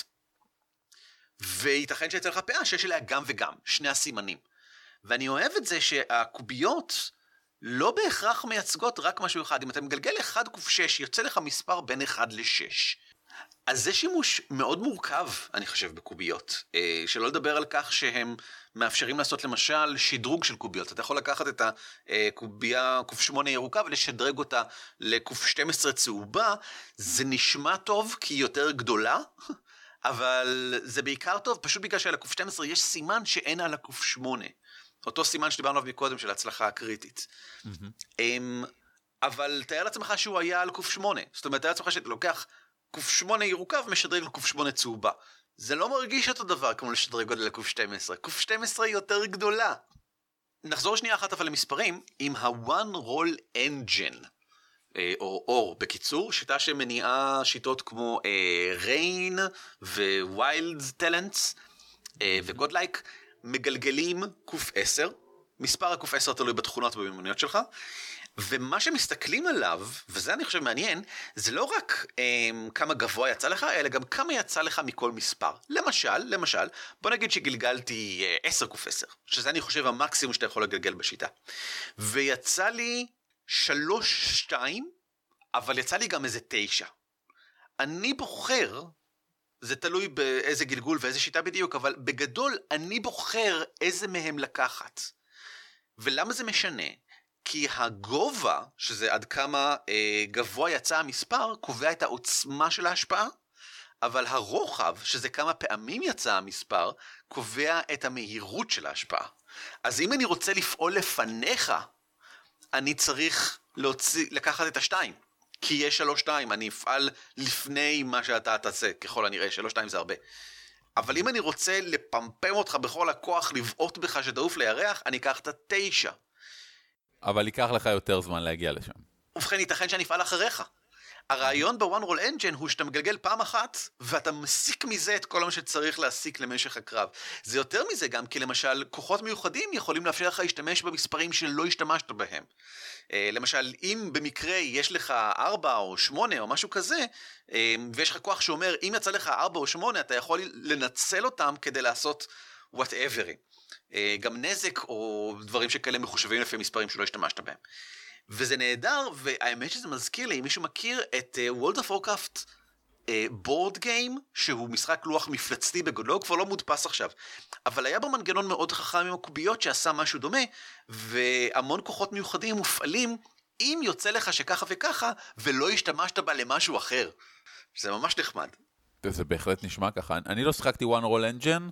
וייתכן שיצא לך פאה שיש אליה גם וגם, 2 הסימנים. ואני אוהב את זה שהקוביות לא בהכרח מייצגות רק משהו אחד. אם אתה מגלגל 1 קוף 6, יוצא לך מספר בין 1 ל-6. אז זה שימוש מאוד מורכב, אני חושב, בקוביות. שלא לדבר על כך שהם מאפשרים לעשות למשל שדרוג של קוביות. אתה יכול לקחת את הקובייה קוף 8 ירוקה ולשדרג אותה לקוף 12 צהובה. זה נשמע טוב כי היא יותר גדולה, אבל זה בעיקר טוב פשוט בגלל שעל הקוף 12 יש סימן שאין על הקוף 8. אותו סימן שדיברנו עליו מקודם של ההצלחה הקריטית. אבל תאר לעצמך שהוא היה על קוף 8. זאת אומרת, תאר לעצמך שאתה לוקח קוף 8 ירוקה ומשדרג לקוף 8 צהובה. זה לא מרגיש אותו דבר כמו לשדרג עוד לקוף 12. קוף 12 היא יותר גדולה. נחזור שנייה אחת אבל למספרים, עם ה-One Roll Engine, או בקיצור, שיטה שמניעה שיטות כמו Rain ו-Wild Talents ו-Godlike, מגלגלים קוף 10, מספר הקוף 10 תלוי בתכונות ובמיומנויות שלך, ומה שמסתכלים עליו, וזה אני חושב מעניין, זה לא רק כמה גבוה יצא לך, אלא גם כמה יצא לך מכל מספר. למשל, בוא נגיד שגלגלתי 10 קוף 10, שזה אני חושב המקסימום שאתה יכול לגלגל בשיטה. ויצא לי 3-2, אבל יצא לי גם איזה 9. אני בוחר, זה תלוי באיזה גלגול ואיזה שיטה בדיוק, אבל בגדול אני בוחר איזה מהם לקחת. ולמה זה משנה? כי הגובה, שזה עד כמה גבוה יצא המספר, קובע את העוצמה של ההשפעה, אבל הרוחב, שזה כמה פעמים יצא המספר, קובע את המהירות של ההשפעה. אז אם אני רוצה לפעול לפניך, אני צריך לקחת את 2, כי יש 3-2, אני אפעל לפני מה שאתה תעשה, ככל הנראה, 3-2 זה הרבה. אבל אם אני רוצה לפמפם אותך בכל הכוח, לבעוט בך שתעוף לירח, אני אקח את 9. אבל ייקח לך יותר זמן להגיע לשם. ובכן, ייתכן שאני אפעל אחריך. הרעיון ב-One Roll Engine הוא שאתה מגלגל פעם אחת, ואתה מסיק מזה את כל מה שצריך להסיק למשך הקרב. זה יותר מזה גם, כי למשל, כוחות מיוחדים יכולים לאפשר לך להשתמש במספרים שלא השתמשת בהם. למשל, אם במקרה יש לך 4 או 8 או משהו כזה, ויש לך כוח שאומר, אם יצא לך 4 או 8, אתה יכול לנצל אותם כדי לעשות whatever. גם נזק או דברים שכאלה מחושבים לפי מספרים שלא השתמשת בהם. וזה נהדר, והאמת שזה מזכיר לי, אם מישהו מכיר את World of Warcraft בורד גיים, שהוא משחק לוח מפלצתי בגודלו, כבר לא מודפס עכשיו, אבל היה בו מנגנון מאוד חכם עם הקוביות שעשה משהו דומה, והמון כוחות מיוחדים מופעלים, אם יוצא לך שככה וככה, ולא השתמשת בה למשהו אחר. זה ממש נחמד. זה בהחלט נשמע ככה. אני לא שחקתי One Roll Engine,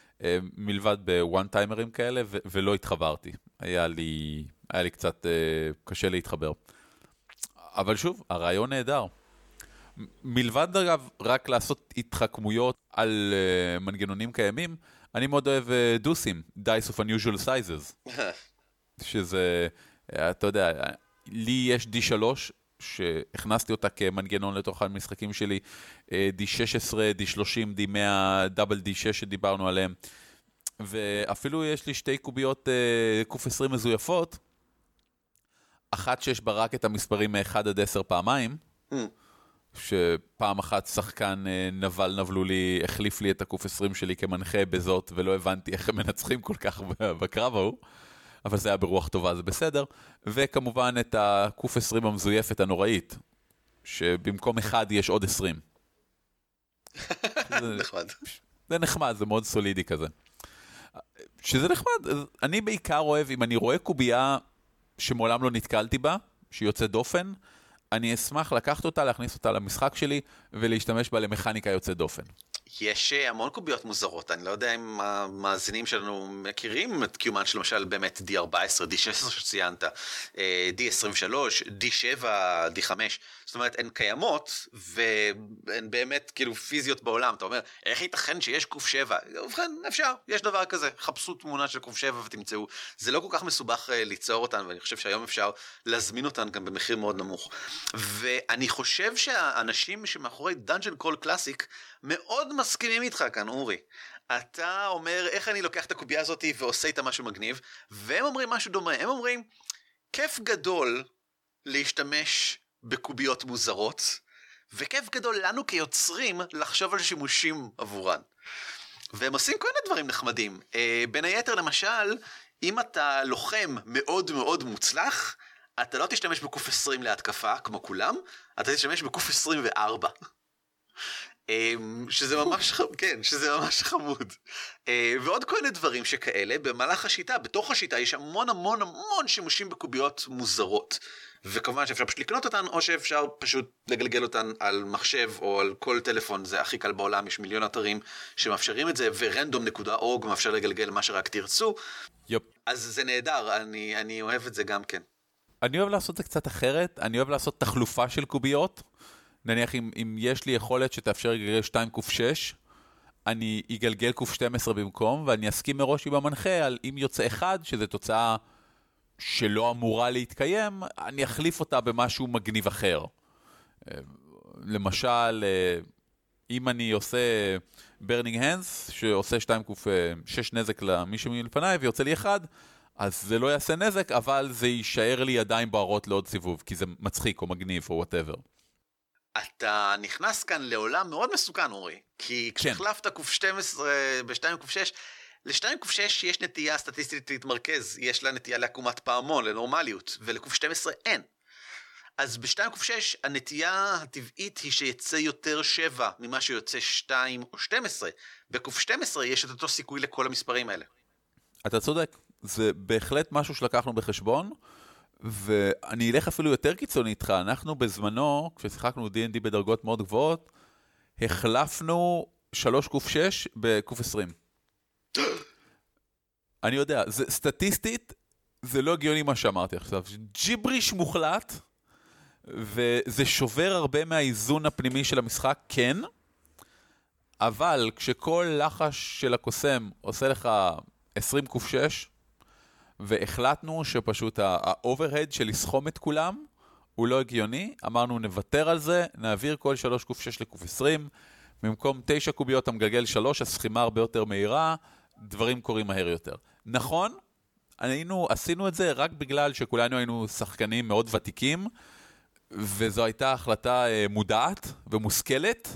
מלבד בוואן טיימרים כאלה, ולא התחברתי. היה לי קצת קשה להתחבר. אבל שוב, הרעיון נהדר. מלבד אגב, רק לעשות התחכמויות על מנגנונים קיימים, אני מאוד אוהב דוסים, Dice of Unusual Sizes. שזה, אתה יודע, לי יש D3, שהכנסתי אותה כמנגנון לתוך המשחקים שלי, D16, D30, D100, דאבל D6 שדיברנו עליהם, ואפילו יש לי 2 קוביות קוף 20 מזויפות, אחת שיש בה רק את המספרים מ-1 עד 10 פעמיים, שפעם אחת שחקן נבלו לי, החליף לי את הקוף 20 שלי כמנחה בזאת, ולא הבנתי איך הם מנצחים כל כך בקרב ההוא, אבל זה היה ברוח טובה, זה בסדר. וכמובן את הקוף 20 המזויפת הנוראית, שבמקום 1 יש עוד 20. נחמד. זה נחמד, זה מאוד סולידי כזה. שזה נחמד, אני בעיקר אוהב, אם אני רואה קובייה שמעולם לא נתקלתי בה, שיוצא דופן, אני אשמח לקחת אותה, להכניס אותה למשחק שלי, ולהשתמש בה למכניקה יוצא דופן. יש המון קוביות מוזרות, אני לא יודע אם המאזינים שלנו מכירים את קיומן של למשל באמת D14, D16 שציינת, D23, D7, D5, זאת אומרת הן קיימות והן באמת כאילו פיזיות בעולם, אתה אומר איך ייתכן שיש קוף 7, ובכן אפשר, יש דבר כזה, חפשו תמונה של קוף 7 ותמצאו, זה לא כל כך מסובך ליצור אותן ואני חושב שהיום אפשר להזמין אותן גם במחיר מאוד נמוך, ואני חושב שהאנשים שמאחורי Dungeon Crawl Classic מאוד מסכימים איתך כאן, אורי. אתה אומר, איך אני לוקח את הקובייה הזאת ועושה איתה משהו מגניב, והם אומרים משהו דומה, הם אומרים, כיף גדול להשתמש בקוביות מוזרות, וכיף גדול לנו כיוצרים לחשוב על שימושים עבורן. והם עושים כל מיני דברים נחמדים. בין היתר, למשל, אם אתה לוחם מאוד מאוד מוצלח, אתה לא תשתמש בקוף 20 להתקפה, כמו כולם, אתה תשתמש בקוף 24. שזה ממש כן, שזה ממש חמוד. ועוד כל מיני דברים שכאלה, במהלך השיטה, בתוך השיטה יש המון המון המון שימושים בקוביות מוזרות. וכמובן שאפשר פשוט לקנות אותן, או שאפשר פשוט לגלגל אותן על מחשב או על כל טלפון, זה הכי קל בעולם, יש מיליון אתרים שמאפשרים את זה, ורנדום.org מאפשר לגלגל מה שרק תרצו. יופ. אז זה נהדר, אני אוהב את זה גם כן. אני אוהב לעשות זה קצת אחרת, אני אוהב לעשות תחלופה של קוביות, נניח אם יש לי יכולת שתאפשר לגלגל 2 קוף 6, אני אגלגל קוף 12 במקום, ואני אסכים מראש עם המנחה על אם יוצא אחד, שזו תוצאה שלא אמורה להתקיים, אני אחליף אותה במשהו מגניב אחר. למשל, אם אני עושה burning hands, שעושה 2 קוף 6 נזק למישהו מלפניי, ויוצא לי אחד, אז זה לא יעשה נזק, אבל זה יישאר לי ידיים בוערות לעוד סיבוב, כי זה מצחיק או מגניב או whatever. אתה נכנס כאן לעולם מאוד מסוכן, אורי, כי כשהחלפת קוף 12 ב-2 קוף 6, ל-2 קוף 6 יש נטייה סטטיסטית להתמרכז, יש לה נטייה לעקומת פעמון, לנורמליות, ולקוף 12 אין. אז ב-2 קוף 6 הנטייה הטבעית היא שיצא יותר 7 ממה שיוצא 2 או 12. בקוף 12 יש את אותו סיכוי לכל המספרים האלה. אתה צודק, זה בהחלט משהו שלקחנו בחשבון, ואני אלך אפילו יותר קיצוני איתך. אנחנו בזמנו, כששיחקנו D&D בדרגות מאוד גבוהות, החלפנו 3 קוף 6 בקוף 20. אני יודע, סטטיסטית, זה לא הגיוני מה שאמרתי עכשיו. ג'יבריש מוחלט, וזה שובר הרבה מהאיזון הפנימי של המשחק, כן, אבל כשכל לחש של הקוסם עושה לך 20 קוף 6, והחלטנו שפשוט האוברהד של לסכום את כולם הוא לא הגיוני, אמרנו נוותר על זה, נעביר כל 3 קוף 6 לקוף 20, במקום 9 קוביות המגלגל 3, הסכימה הרבה יותר מהירה, דברים קורים מהר יותר. נכון, עשינו את זה רק בגלל שכולנו היינו שחקנים מאוד ותיקים, וזו הייתה החלטה מודעת ומושכלת,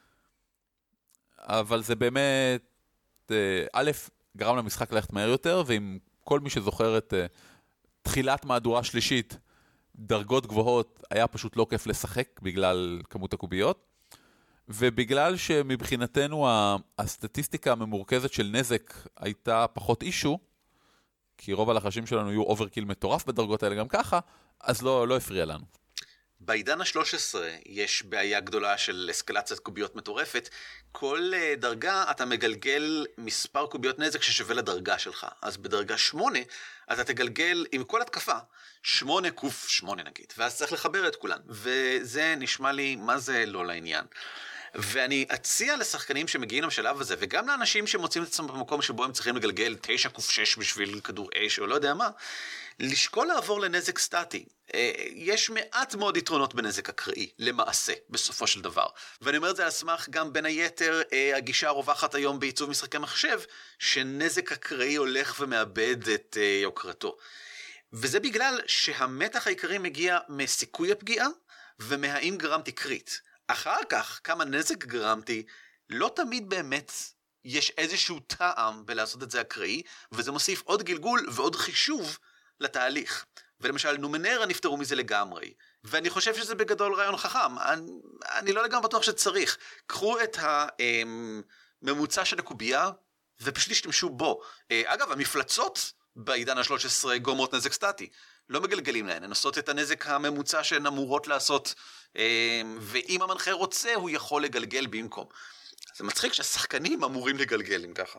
אבל זה באמת, א', גרם למשחק ללכת מהר יותר, ועם כל מי שזוכר את תחילת מהדורה שלישית, דרגות גבוהות, היה פשוט לא כיף לשחק בגלל כמות הקוביות, ובגלל שמבחינתנו הסטטיסטיקה הממורכזת של נזק הייתה פחות אישו, כי רוב הלחשים שלנו יהיו אוברקיל מטורף בדרגות האלה גם ככה, אז לא הפריע לנו. בעידן ה-13 יש בעיה גדולה של אסקלציית קוביות מטורפת. כל דרגה אתה מגלגל מספר קוביות נזק ששווה לדרגה שלך. אז בדרגה 8 אתה תגלגל עם כל התקפה 8 קוף 8 נגיד, ואז צריך לחבר את כולן. וזה נשמע לי מה זה לא לעניין. ואני אציע לשחקנים שמגיעים לשלב הזה, וגם לאנשים שמוצאים את עצמם במקום שבו הם צריכים לגלגל 9 קוף 6 בשביל כדור אש או לא יודע מה, לשקול לעבור לנזק סטטי. יש מעט מאוד יתרונות בנזק אקראי, למעשה, בסופו של דבר. ואני אומר את זה על סמך גם בין היתר הגישה הרווחת היום בעיצוב משחקי מחשב, שנזק אקראי הולך ומאבד את יוקרתו. וזה בגלל שהמתח העיקרי מגיע מסיכוי הפגיעה, ומהאם גרמתי קריט. אחר כך, כמה נזק גרמתי, לא תמיד באמת יש איזשהו טעם בלעשות את זה אקראי, וזה מוסיף עוד גלגול ועוד חישוב לתהליך. ולמשל, נומנרה נפטרו מזה לגמרי, ואני חושב שזה בגדול רעיון חכם. אני לא לגמרי בטוח שצריך. קחו את הממוצע של הקובייה, ופשוט השתמשו בו. אגב, המפלצות בעידן ה-13 גורמות נזק סטטי. לא מגלגלים להן, הן עושות את הנזק הממוצע שהן אמורות לעשות, ואם המנחה רוצה, הוא יכול לגלגל במקום. זה מצחיק שהשחקנים אמורים לגלגל אם ככה.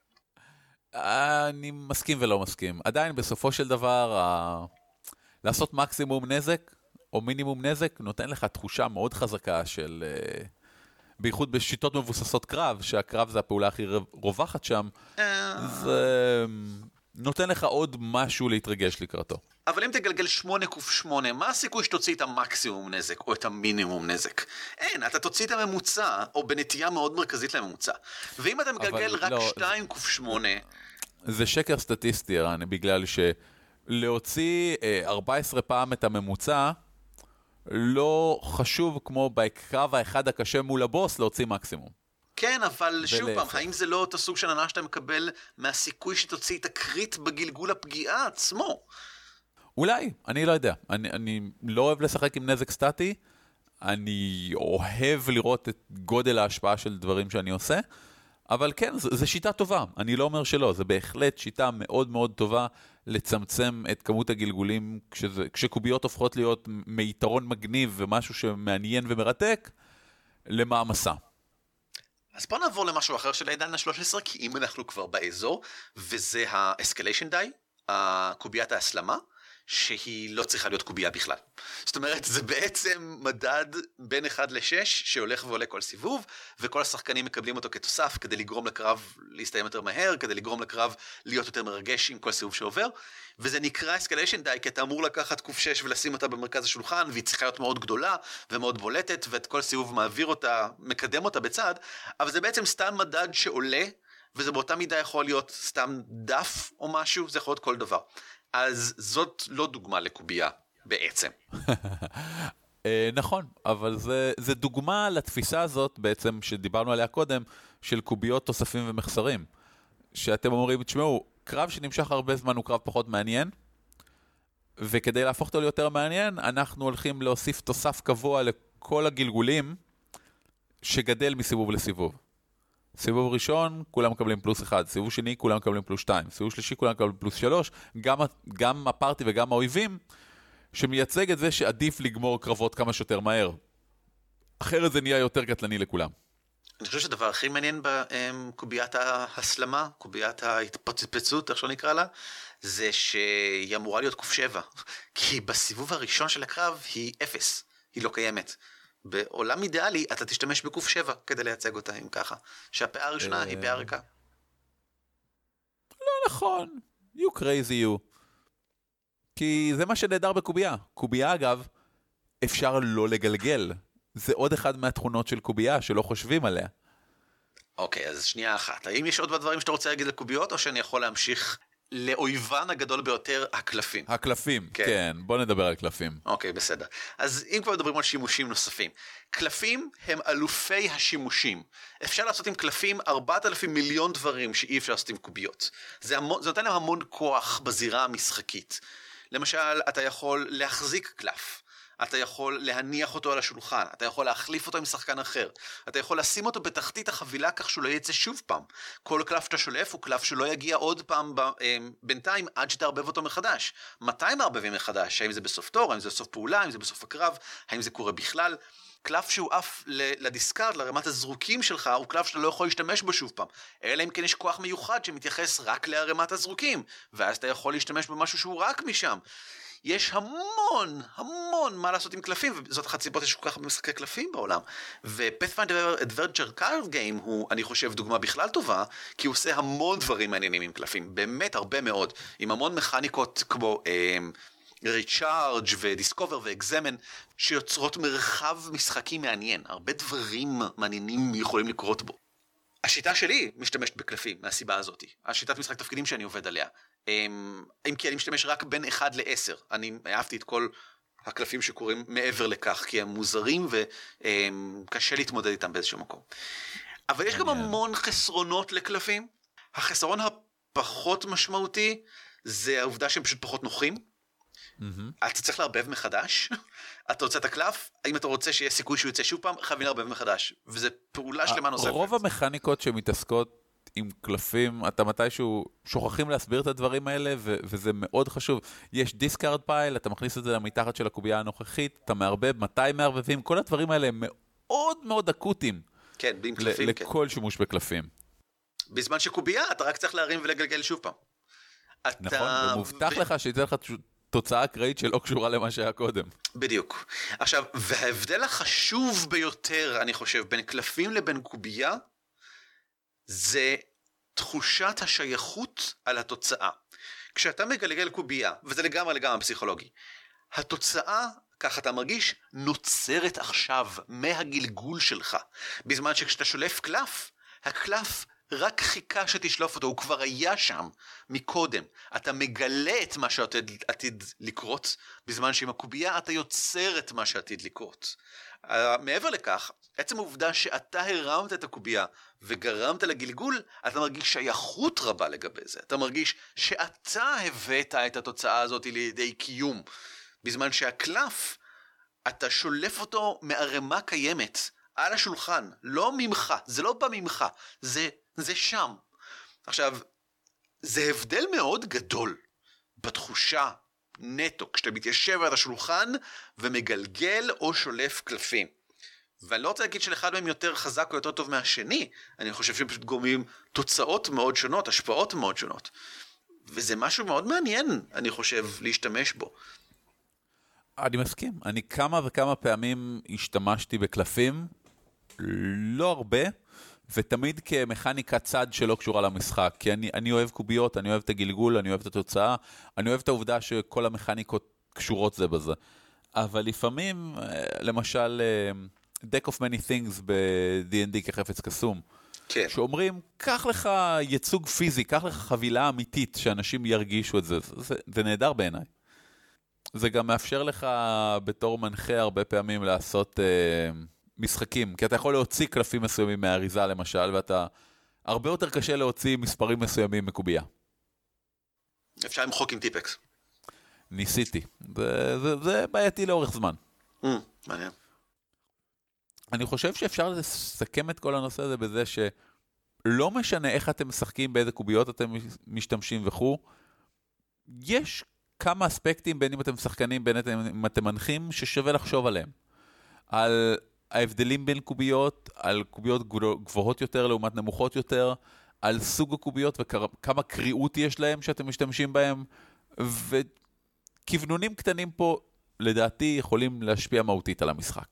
אני מסכים ולא מסכים. עדיין בסופו של דבר, לעשות מקסימום נזק או מינימום נזק נותן לך תחושה מאוד חזקה של, בייחוד בשיטות מבוססות קרב, שהקרב זה הפעולה הכי רווחת שם, זה נותן לך עוד משהו להתרגש לקראתו. אבל אם תגלגל 8 קוף 8, מה הסיכוי שתוציא את המקסימום נזק או את המינימום נזק? אין, אתה תוציא את הממוצע, או בנטייה מאוד מרכזית לממוצע. ואם אתה מגלגל רק 2 קוף 8... זה שקר סטטיסטי, בגלל שלהוציא 14 פעם את הממוצע, לא חשוב כמו בקרב האחד הקשה מול הבוס להוציא מקסימום. כן, אבל שוב פעם, האם זה לא אותו סוג של ענה שאתה מקבל מהסיכוי שתוציא את הקריט בגלגול הפגיעה עצמו? אולי, אני לא יודע. אני לא אוהב לשחק עם נזק סטטי, אני אוהב לראות את גודל ההשפעה של דברים שאני עושה, אבל כן, זו שיטה טובה, אני לא אומר שלא, זה בהחלט שיטה מאוד מאוד טובה לצמצם את כמות הגלגולים, כשקוביות הופכות להיות מיתרון מגניב ומשהו שמעניין ומרתק, למאמסה. אז בוא נעבור למשהו אחר של העידן ה-13, כי אם אנחנו כבר באזור, וזה ה-escalation die, קוביית ההסלמה, שהיא לא צריכה להיות קובייה בכלל. זאת אומרת, זה בעצם מדד בין 1 ל-6 שהולך ועולה כל סיבוב, וכל השחקנים מקבלים אותו כתוסף כדי לגרום לקרב להסתיים יותר מהר, כדי לגרום לקרב להיות יותר מרגש עם כל סיבוב שעובר, וזה נקרא escalation die, כי אתה אמור לקחת קוף 6 ולשים אותה במרכז השולחן, והיא צריכה להיות מאוד גדולה ומאוד בולטת, ואת כל סיבוב מעביר אותה, מקדם אותה בצד, אבל זה בעצם סתם מדד שעולה, וזה באותה מידה יכול להיות סתם דף או משהו, זה יכול להיות כל דבר. אז זאת לא דוגמה לקובייה בעצם. נכון, אבל זה דוגמה לתפיסה הזאת בעצם שדיברנו עליה קודם, של קוביות, תוספים ומחסרים. שאתם אומרים, תשמעו, קרב שנמשך הרבה זמן הוא קרב פחות מעניין, וכדי להפוך אותו ליותר מעניין, אנחנו הולכים להוסיף תוסף קבוע לכל הגלגולים, שגדל מסיבוב לסיבוב. סיבוב ראשון, כולם מקבלים +1, סיבוב שני, כולם מקבלים +2, סיבוב שלישי, כולם מקבלים +3, גם הפארטי וגם האויבים, שמייצג את זה שעדיף לגמור קרבות כמה שיותר מהר. אחרת זה נהיה יותר קטלני לכולם. אני חושב שהדבר הכי מעניין בקוביית ההסלמה, קוביית ההתפצפצות, איך שלא נקרא לה, זה שהיא אמורה להיות קוף 7, כי בסיבוב הראשון של הקרב היא 0, היא לא קיימת. בעולם אידיאלי אתה תשתמש בקוף 7 כדי לייצג אותה, אם ככה, שהפאה הראשונה היא פאה ריקה. לא נכון, you crazy you. כי זה מה שנהדר בקובייה. קובייה אגב, אפשר לא לגלגל. זה עוד אחד מהתכונות של קובייה שלא חושבים עליה. אוקיי, אז שנייה אחת. האם יש עוד דברים שאתה רוצה להגיד לקוביות, או שאני יכול להמשיך לאויבן הגדול ביותר, הקלפים? הקלפים, כן. בוא נדבר על קלפים. אוקיי, בסדר. אז אם כבר מדברים על שימושים נוספים, קלפים הם אלופי השימושים. אפשר לעשות עם קלפים 4,000 מיליון דברים שאי אפשר לעשות עם קוביות. זה נותן להם המון כוח בזירה המשחקית. למשל, אתה יכול להחזיק קלף. אתה יכול להניח אותו על השולחן, אתה יכול להחליף אותו עם שחקן אחר, אתה יכול לשים אותו בתחתית החבילה כך שהוא לא יצא שוב פעם. כל קלף שאתה שולף הוא קלף שלא יגיע עוד פעם בינתיים עד שתערבב אותו מחדש. מתי מערבבים מחדש? האם זה בסוף תור, האם זה בסוף פעולה, האם זה בסוף הקרב, האם זה קורה בכלל? קלף שהוא אף לדיסקארד, לרמת הזרוקים שלך, הוא קלף שאתה לא יכול להשתמש בו שוב פעם. אלא אם כן יש כוח מיוחד שמתייחס רק לרמת הזרוקים, ואז אתה יכול להשתמש במשהו שהוא רק משם. יש המון מה לעשות עם קלפים, וזאת אחת סיבות שיש כל כך במשחקי קלפים בעולם. ו-Pathfinder Adventure Card Game הוא, אני חושב, דוגמה בכלל טובה, כי הוא עושה המון דברים מעניינים עם קלפים, באמת הרבה מאוד, עם המון מכניקות כמו Recharge ו-Discover ו-Examine, שיוצרות מרחב משחקי מעניין, הרבה דברים מעניינים יכולים לקרות בו. השיטה שלי משתמשת בקלפים, מהסיבה הזאת. השיטת משחק תפקידים שאני עובד עליה. אם כי אני משתמש רק בין 1 ל-10. אני אהבתי את כל הקלפים שקורים מעבר לכך, כי הם מוזרים וקשה להתמודד איתם באיזשהו מקום. אבל יש גם המון חסרונות לקלפים. החסרון הפחות משמעותי זה העובדה שהם פשוט פחות נוחים. אתה צריך להרבב מחדש. אתה רוצה את הקלף, האם אתה רוצה שיהיה סיכוי שהוא יצא שוב פעם, חייבים להרבב מחדש. וזה פעולה שלמה נוספת. רוב המכניקות שמתעסקות עם קלפים, אתה מתישהו שוכחים להסביר את הדברים האלה, וזה מאוד חשוב. יש דיסקארד פייל, אתה מכניס את זה למתחת של הקובייה הנוכחית, אתה מערבב, מתי מערבבים, כל הדברים האלה הם מאוד מאוד אקוטיים. כן, בין קלפים, כן. לכל שימוש בקלפים. בזמן שקובייה, אתה רק צריך להרים ולגלגל שוב פעם. נכון, ומובטח לך שיצא לך תוצאה אקראית שלא קשורה למה שהיה קודם. בדיוק. עכשיו, וההבדל החשוב ביותר, אני חושב, בין קלפים לבין קובייה, זה תחושת השייכות על התוצאה. כשאתה מגלגל קובייה, וזה לגמרי פסיכולוגי, התוצאה, כך אתה מרגיש, נוצרת עכשיו מהגלגול שלך. בזמן שכשאתה שולף קלף, הקלף רק חיכה שתשלוף אותו, הוא כבר היה שם מקודם. אתה מגלה את מה שעתיד לקרות, בזמן שעם הקובייה אתה יוצר את מה שעתיד לקרות. מעבר לכך, עצם העובדה שאתה הרמת את הקובייה וגרמת לגלגול, אתה מרגיש שייכות רבה לגבי זה. אתה מרגיש שאתה הבאת את התוצאה הזאת לידי קיום. בזמן שהקלף, אתה שולף אותו מערמה קיימת, על השולחן, לא ממך, זה לא בא ממך, זה שם. עכשיו, זה הבדל מאוד גדול בתחושה נטו, כשאתה מתיישב על השולחן ומגלגל או שולף קלפים. ואני לא רוצה להגיד שלאחד מהם יותר חזק או יותר טוב מהשני, אני חושב שהם פשוט גורמים תוצאות מאוד שונות, השפעות מאוד שונות. וזה משהו מאוד מעניין, אני חושב, להשתמש בו. אני מסכים. אני כמה וכמה פעמים השתמשתי בקלפים, לא הרבה, ותמיד כמכניקת צד שלא קשורה למשחק. כי אני אוהב קוביות, אני אוהב את הגלגול, אני אוהב את התוצאה, אני אוהב את העובדה שכל המכניקות קשורות זה בזה. אבל לפעמים, למשל, deck of many things ב-D&D כחפץ קסום, כן. שאומרים, קח לך ייצוג פיזי, קח לך חבילה אמיתית שאנשים ירגישו את זה. זה נהדר בעיניי. זה גם מאפשר לך בתור מנחה הרבה פעמים לעשות משחקים, כי אתה יכול להוציא קלפים מסוימים מהאריזה למשל, ואתה הרבה יותר קשה להוציא מספרים מסוימים מקובייה. אפשר למחוק עם טיפקס. ניסיתי. זה בעייתי לאורך זמן. מעניין. אני חושב שאפשר לסכם את כל הנושא הזה בזה שלא משנה איך אתם משחקים, באיזה קוביות אתם משתמשים וכו', יש כמה אספקטים, בין אם אתם שחקנים, בין אם אתם מנחים, ששווה לחשוב עליהם. על ההבדלים בין קוביות, על קוביות גבוהות יותר לעומת נמוכות יותר, על סוג הקוביות וכמה קריאות יש להם שאתם משתמשים בהם, וכיוונונים קטנים פה, לדעתי, יכולים להשפיע מהותית על המשחק.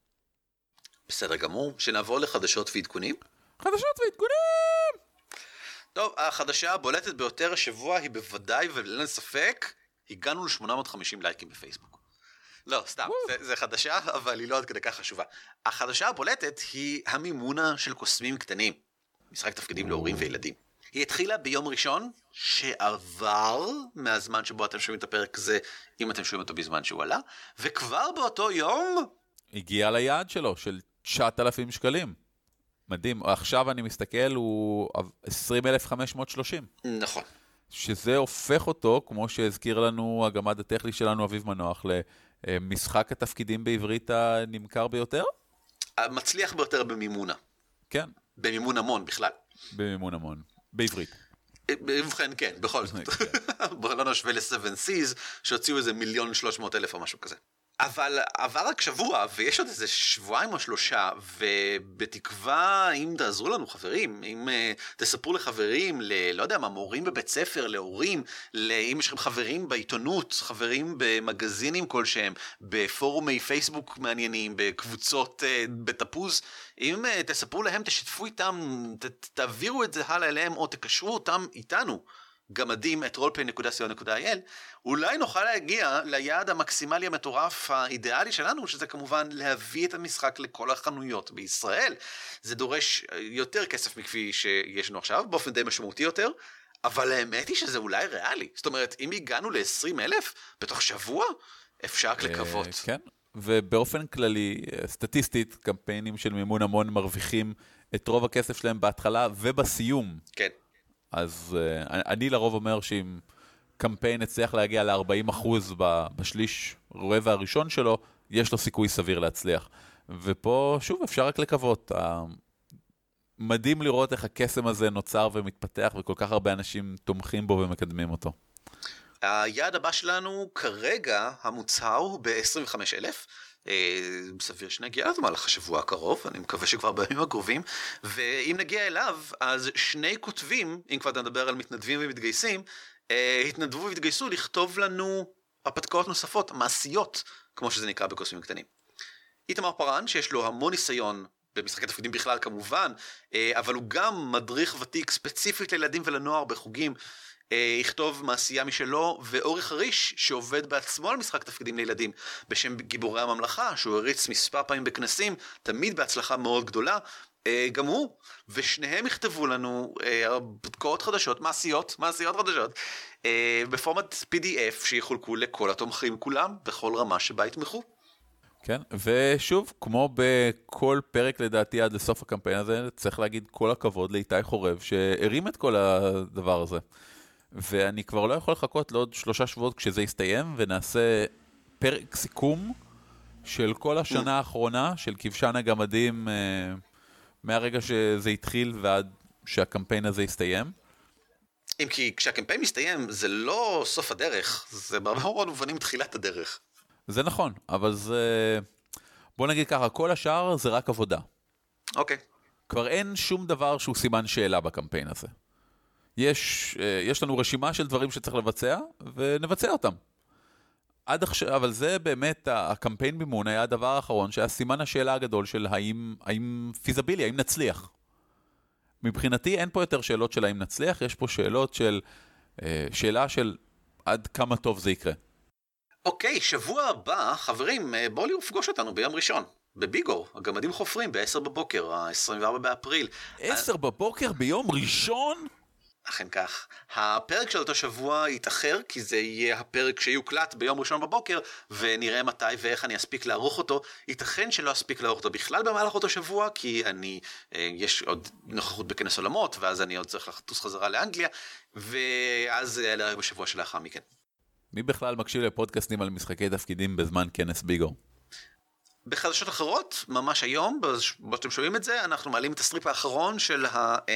בסדר גמור, שנעבור לחדשות ועדכונים. חדשות ועדכונים! טוב, החדשה הבולטת ביותר השבוע היא בוודאי, ולאין ספק, הגענו ל-850 לייקים בפייסבוק. לא, סתם, זה חדשה, אבל היא לא עד כדי כך חשובה. החדשה הבולטת היא המימונה של קוסמים קטנים. משחק תפקידים להורים וילדים. היא התחילה ביום ראשון, שעבר מהזמן שבו אתם שומעים את הפרק הזה, אם אתם שומעים אותו בזמן שהוא עלה, וכבר באותו יום הגיע ליעד שלו, של 9,000 שקלים. מדהים. עכשיו אני מסתכל, הוא 20,530. נכון. שזה הופך אותו, כמו שהזכיר לנו הגמד הטכני שלנו, אביב מנוח, למשחק התפקידים בעברית הנמכר ביותר? המצליח ביותר במימונה. כן. במימון המון בכלל. במימון המון. בעברית. ובכן, כן, בכל זאת. בוא לא נשווה ל-7 Seas, שהוציאו איזה 1,300,000 או משהו כזה. אבל עבר רק שבוע, ויש עוד איזה שבועיים או שלושה, ובתקווה, אם תעזרו לנו חברים, אם תספרו לחברים, לא יודע מה, מורים בבית ספר, להורים, אם יש לכם חברים בעיתונות, חברים במגזינים כלשהם, בפורומי פייסבוק מעניינים, בקבוצות בתפוז, אם תספרו להם, תשתפו איתם, תעבירו את זה הלאה אליהם, או תקשרו אותם איתנו. גמדים את roleplay.co.il, אולי נוכל להגיע ליעד המקסימלי המטורף האידיאלי שלנו, שזה כמובן להביא את המשחק לכל החנויות בישראל. זה דורש יותר כסף מכפי שיש לנו עכשיו, באופן די משמעותי יותר, אבל האמת היא שזה אולי ריאלי. זאת אומרת, אם הגענו ל-20,000 בתוך שבוע, אפשר לקוות. כן, ובאופן כללי, סטטיסטית, קמפיינים של מימון המון מרוויחים את רוב הכסף שלהם בהתחלה ובסיום. כן. אז אני לרוב אומר שאם קמפיין הצליח להגיע ל-40% בשליש רבע הראשון שלו, יש לו סיכוי סביר להצליח. ופה שוב אפשר רק לקוות. מדהים לראות איך הקסם הזה נוצר ומתפתח, וכל כך הרבה אנשים תומכים בו ומקדמים אותו. היעד הבא שלנו כרגע המוצר הוא ב-25,000. סביר שנגיע במהלך השבוע הקרוב, אני מקווה שכבר בימים הקרובים, ואם נגיע אליו, אז שני כותבים, אם כבר נדבר על מתנדבים ומתגייסים, התנדבו והתגייסו לכתוב לנו הרפתקאות נוספות, מעשיות, כמו שזה נקרא בקוסמים קטנים. איתמר פרן, שיש לו המון ניסיון במשחקי תפקידים בכלל כמובן, אבל הוא גם מדריך ותיק ספציפית לילדים ולנוער בחוגים, יכתוב מעשייה משלו, ואורי חריש שעובד בעצמו על משחק תפקידים לילדים בשם גיבורי הממלכה, שהוא הריץ מספר פעמים בכנסים, תמיד בהצלחה מאוד גדולה, גם הוא, ושניהם יכתבו לנו הרפתקאות חדשות, מעשיות חדשות, בפורמט PDF שיחולקו לכל התומכים כולם, בכל רמה שבה יתמכו. כן, ושוב, כמו בכל פרק לדעתי עד לסוף הקמפיין הזה, צריך להגיד כל הכבוד לאיתי חורב שהרים את כל הדבר הזה. ואני כבר לא יכול לחכות לעוד 3 שבועות כשזה יסתיים, ונעשה פרק סיכום של כל השנה האחרונה, של כבשן הגמדים, מהרגע שזה התחיל ועד שהקמפיין הזה יסתיים. אם כי כשהקמפיין מסתיים, זה לא סוף הדרך, זה בהרבה מאוד מובנים תחילת הדרך. זה נכון, אבל זה... בוא נגיד ככה, כל השאר זה רק עבודה. אוקיי. כבר אין שום דבר שהוא סימן שאלה בקמפיין הזה. יש לנו רשימה של דברים שצריך לבצע, ונבצע אותם. עד עכשיו, אבל זה באמת, הקמפיין מימון היה הדבר האחרון, שהיה סימן השאלה הגדול של האם פיזבילי, האם נצליח. מבחינתי אין פה יותר שאלות של האם נצליח, יש פה שאלות של, שאלה של עד כמה טוב זה יקרה. אוקיי, שבוע הבא, חברים, בואו לפגוש אותנו ביום ראשון, בביגו, הגמדים חופרים, ב-10 בבוקר, ה-24 באפריל. 10 בבוקר ביום ראשון? אכן כך. הפרק של אותו שבוע יתאחר, כי זה יהיה הפרק שיוקלט ביום ראשון בבוקר, ונראה מתי ואיך אני אספיק לערוך אותו. ייתכן שלא אספיק לערוך אותו בכלל במהלך אותו שבוע, כי יש עוד נוכחות בכנס עולמות, ואז אני עוד צריך לטוס חזרה לאנגליה, ואז יעלה בשבוע שלאחר מכן. מי בכלל מקשיב לפודקאסטים על משחקי תפקידים בזמן כנס ביגו? בחדשות אחרות, ממש היום, בו שאתם שומעים את זה, אנחנו מעלים את הסטריפ האחרון של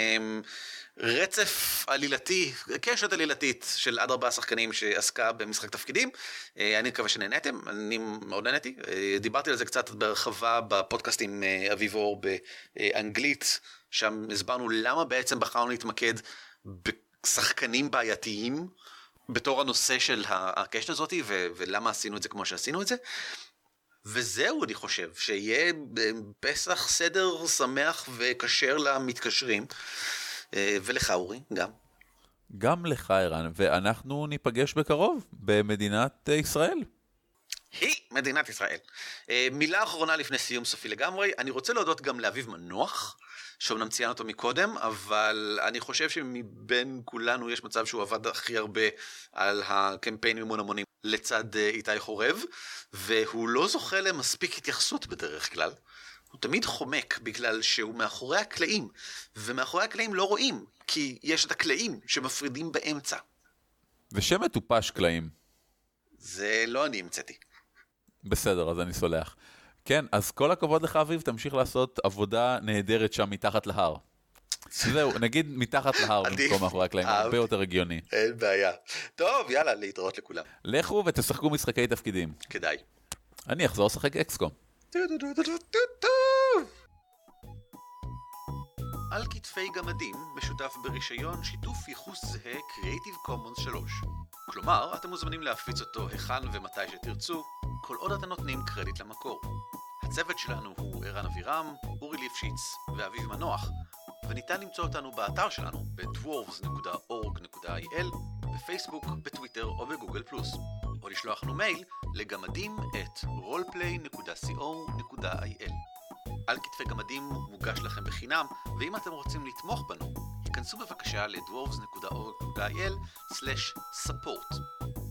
הרצף עלילתי, קשת עלילתית של עד 4 שחקנים שעסקה במשחק תפקידים. אני מקווה שנהנתם, אני מאוד נהניתי. דיברתי על זה קצת בהרחבה בפודקאסט עם אביב אור באנגלית, שם הסברנו למה בעצם בחרנו להתמקד בשחקנים בעייתיים, בתור הנושא של הקשת הזאת, ולמה עשינו את זה כמו שעשינו את זה. וזהו, אני חושב, שיהיה פסח סדר שמח וקשר למתקשרים, ולך אורי, גם. גם לך ערן, ואנחנו ניפגש בקרוב במדינת ישראל. היא מדינת ישראל. מילה אחרונה לפני סיום סופי לגמרי, אני רוצה להודות גם לאביב מנוח, שאומנם ציין אותו מקודם, אבל אני חושב שמבין כולנו יש מצב שהוא עבד הכי הרבה על הקמפיין מימון המונים לצד איתי חורב, והוא לא זוכה למספיק התייחסות בדרך כלל. הוא תמיד חומק בגלל שהוא מאחורי הקלעים, ומאחורי הקלעים לא רואים, כי יש את הקלעים שמפרידים באמצע. ושם מטופש קלעים. זה לא אני המצאתי. בסדר, אז אני סולח. כן, אז כל הכבוד לך אביב, תמשיך לעשות עבודה נהדרת שם מתחת להר. זהו, נגיד מתחת להר במקום מאחורי הקלעים, הרבה יותר הגיוני. אין בעיה. טוב, יאללה, להתראות לכולם. לכו ותשחקו משחקי תפקידים. כדאי. אני אחזור לשחק אקסקום. על כתפי גמדים משותף ברישיון שיתוף ייחוס זהה Creative Commons 3. כלומר, אתם מוזמנים להפיץ אותו היכן ומתי שתרצו, כל עוד אתם נותנים קרדיט למקור. הצוות שלנו הוא ערן אבירם, אורי ליפשיץ ואביב מנוח, וניתן למצוא אותנו באתר שלנו ב-dwarves.org.il, בפייסבוק, בטוויטר או בגוגל פלוס, או לשלוח לנו מייל לגמדים@roleplay.co.il. על כתפי גמדים מוגש לכם בחינם, ואם אתם רוצים לתמוך בנו, תיכנסו בבקשה ל-dwarves.org.il/support.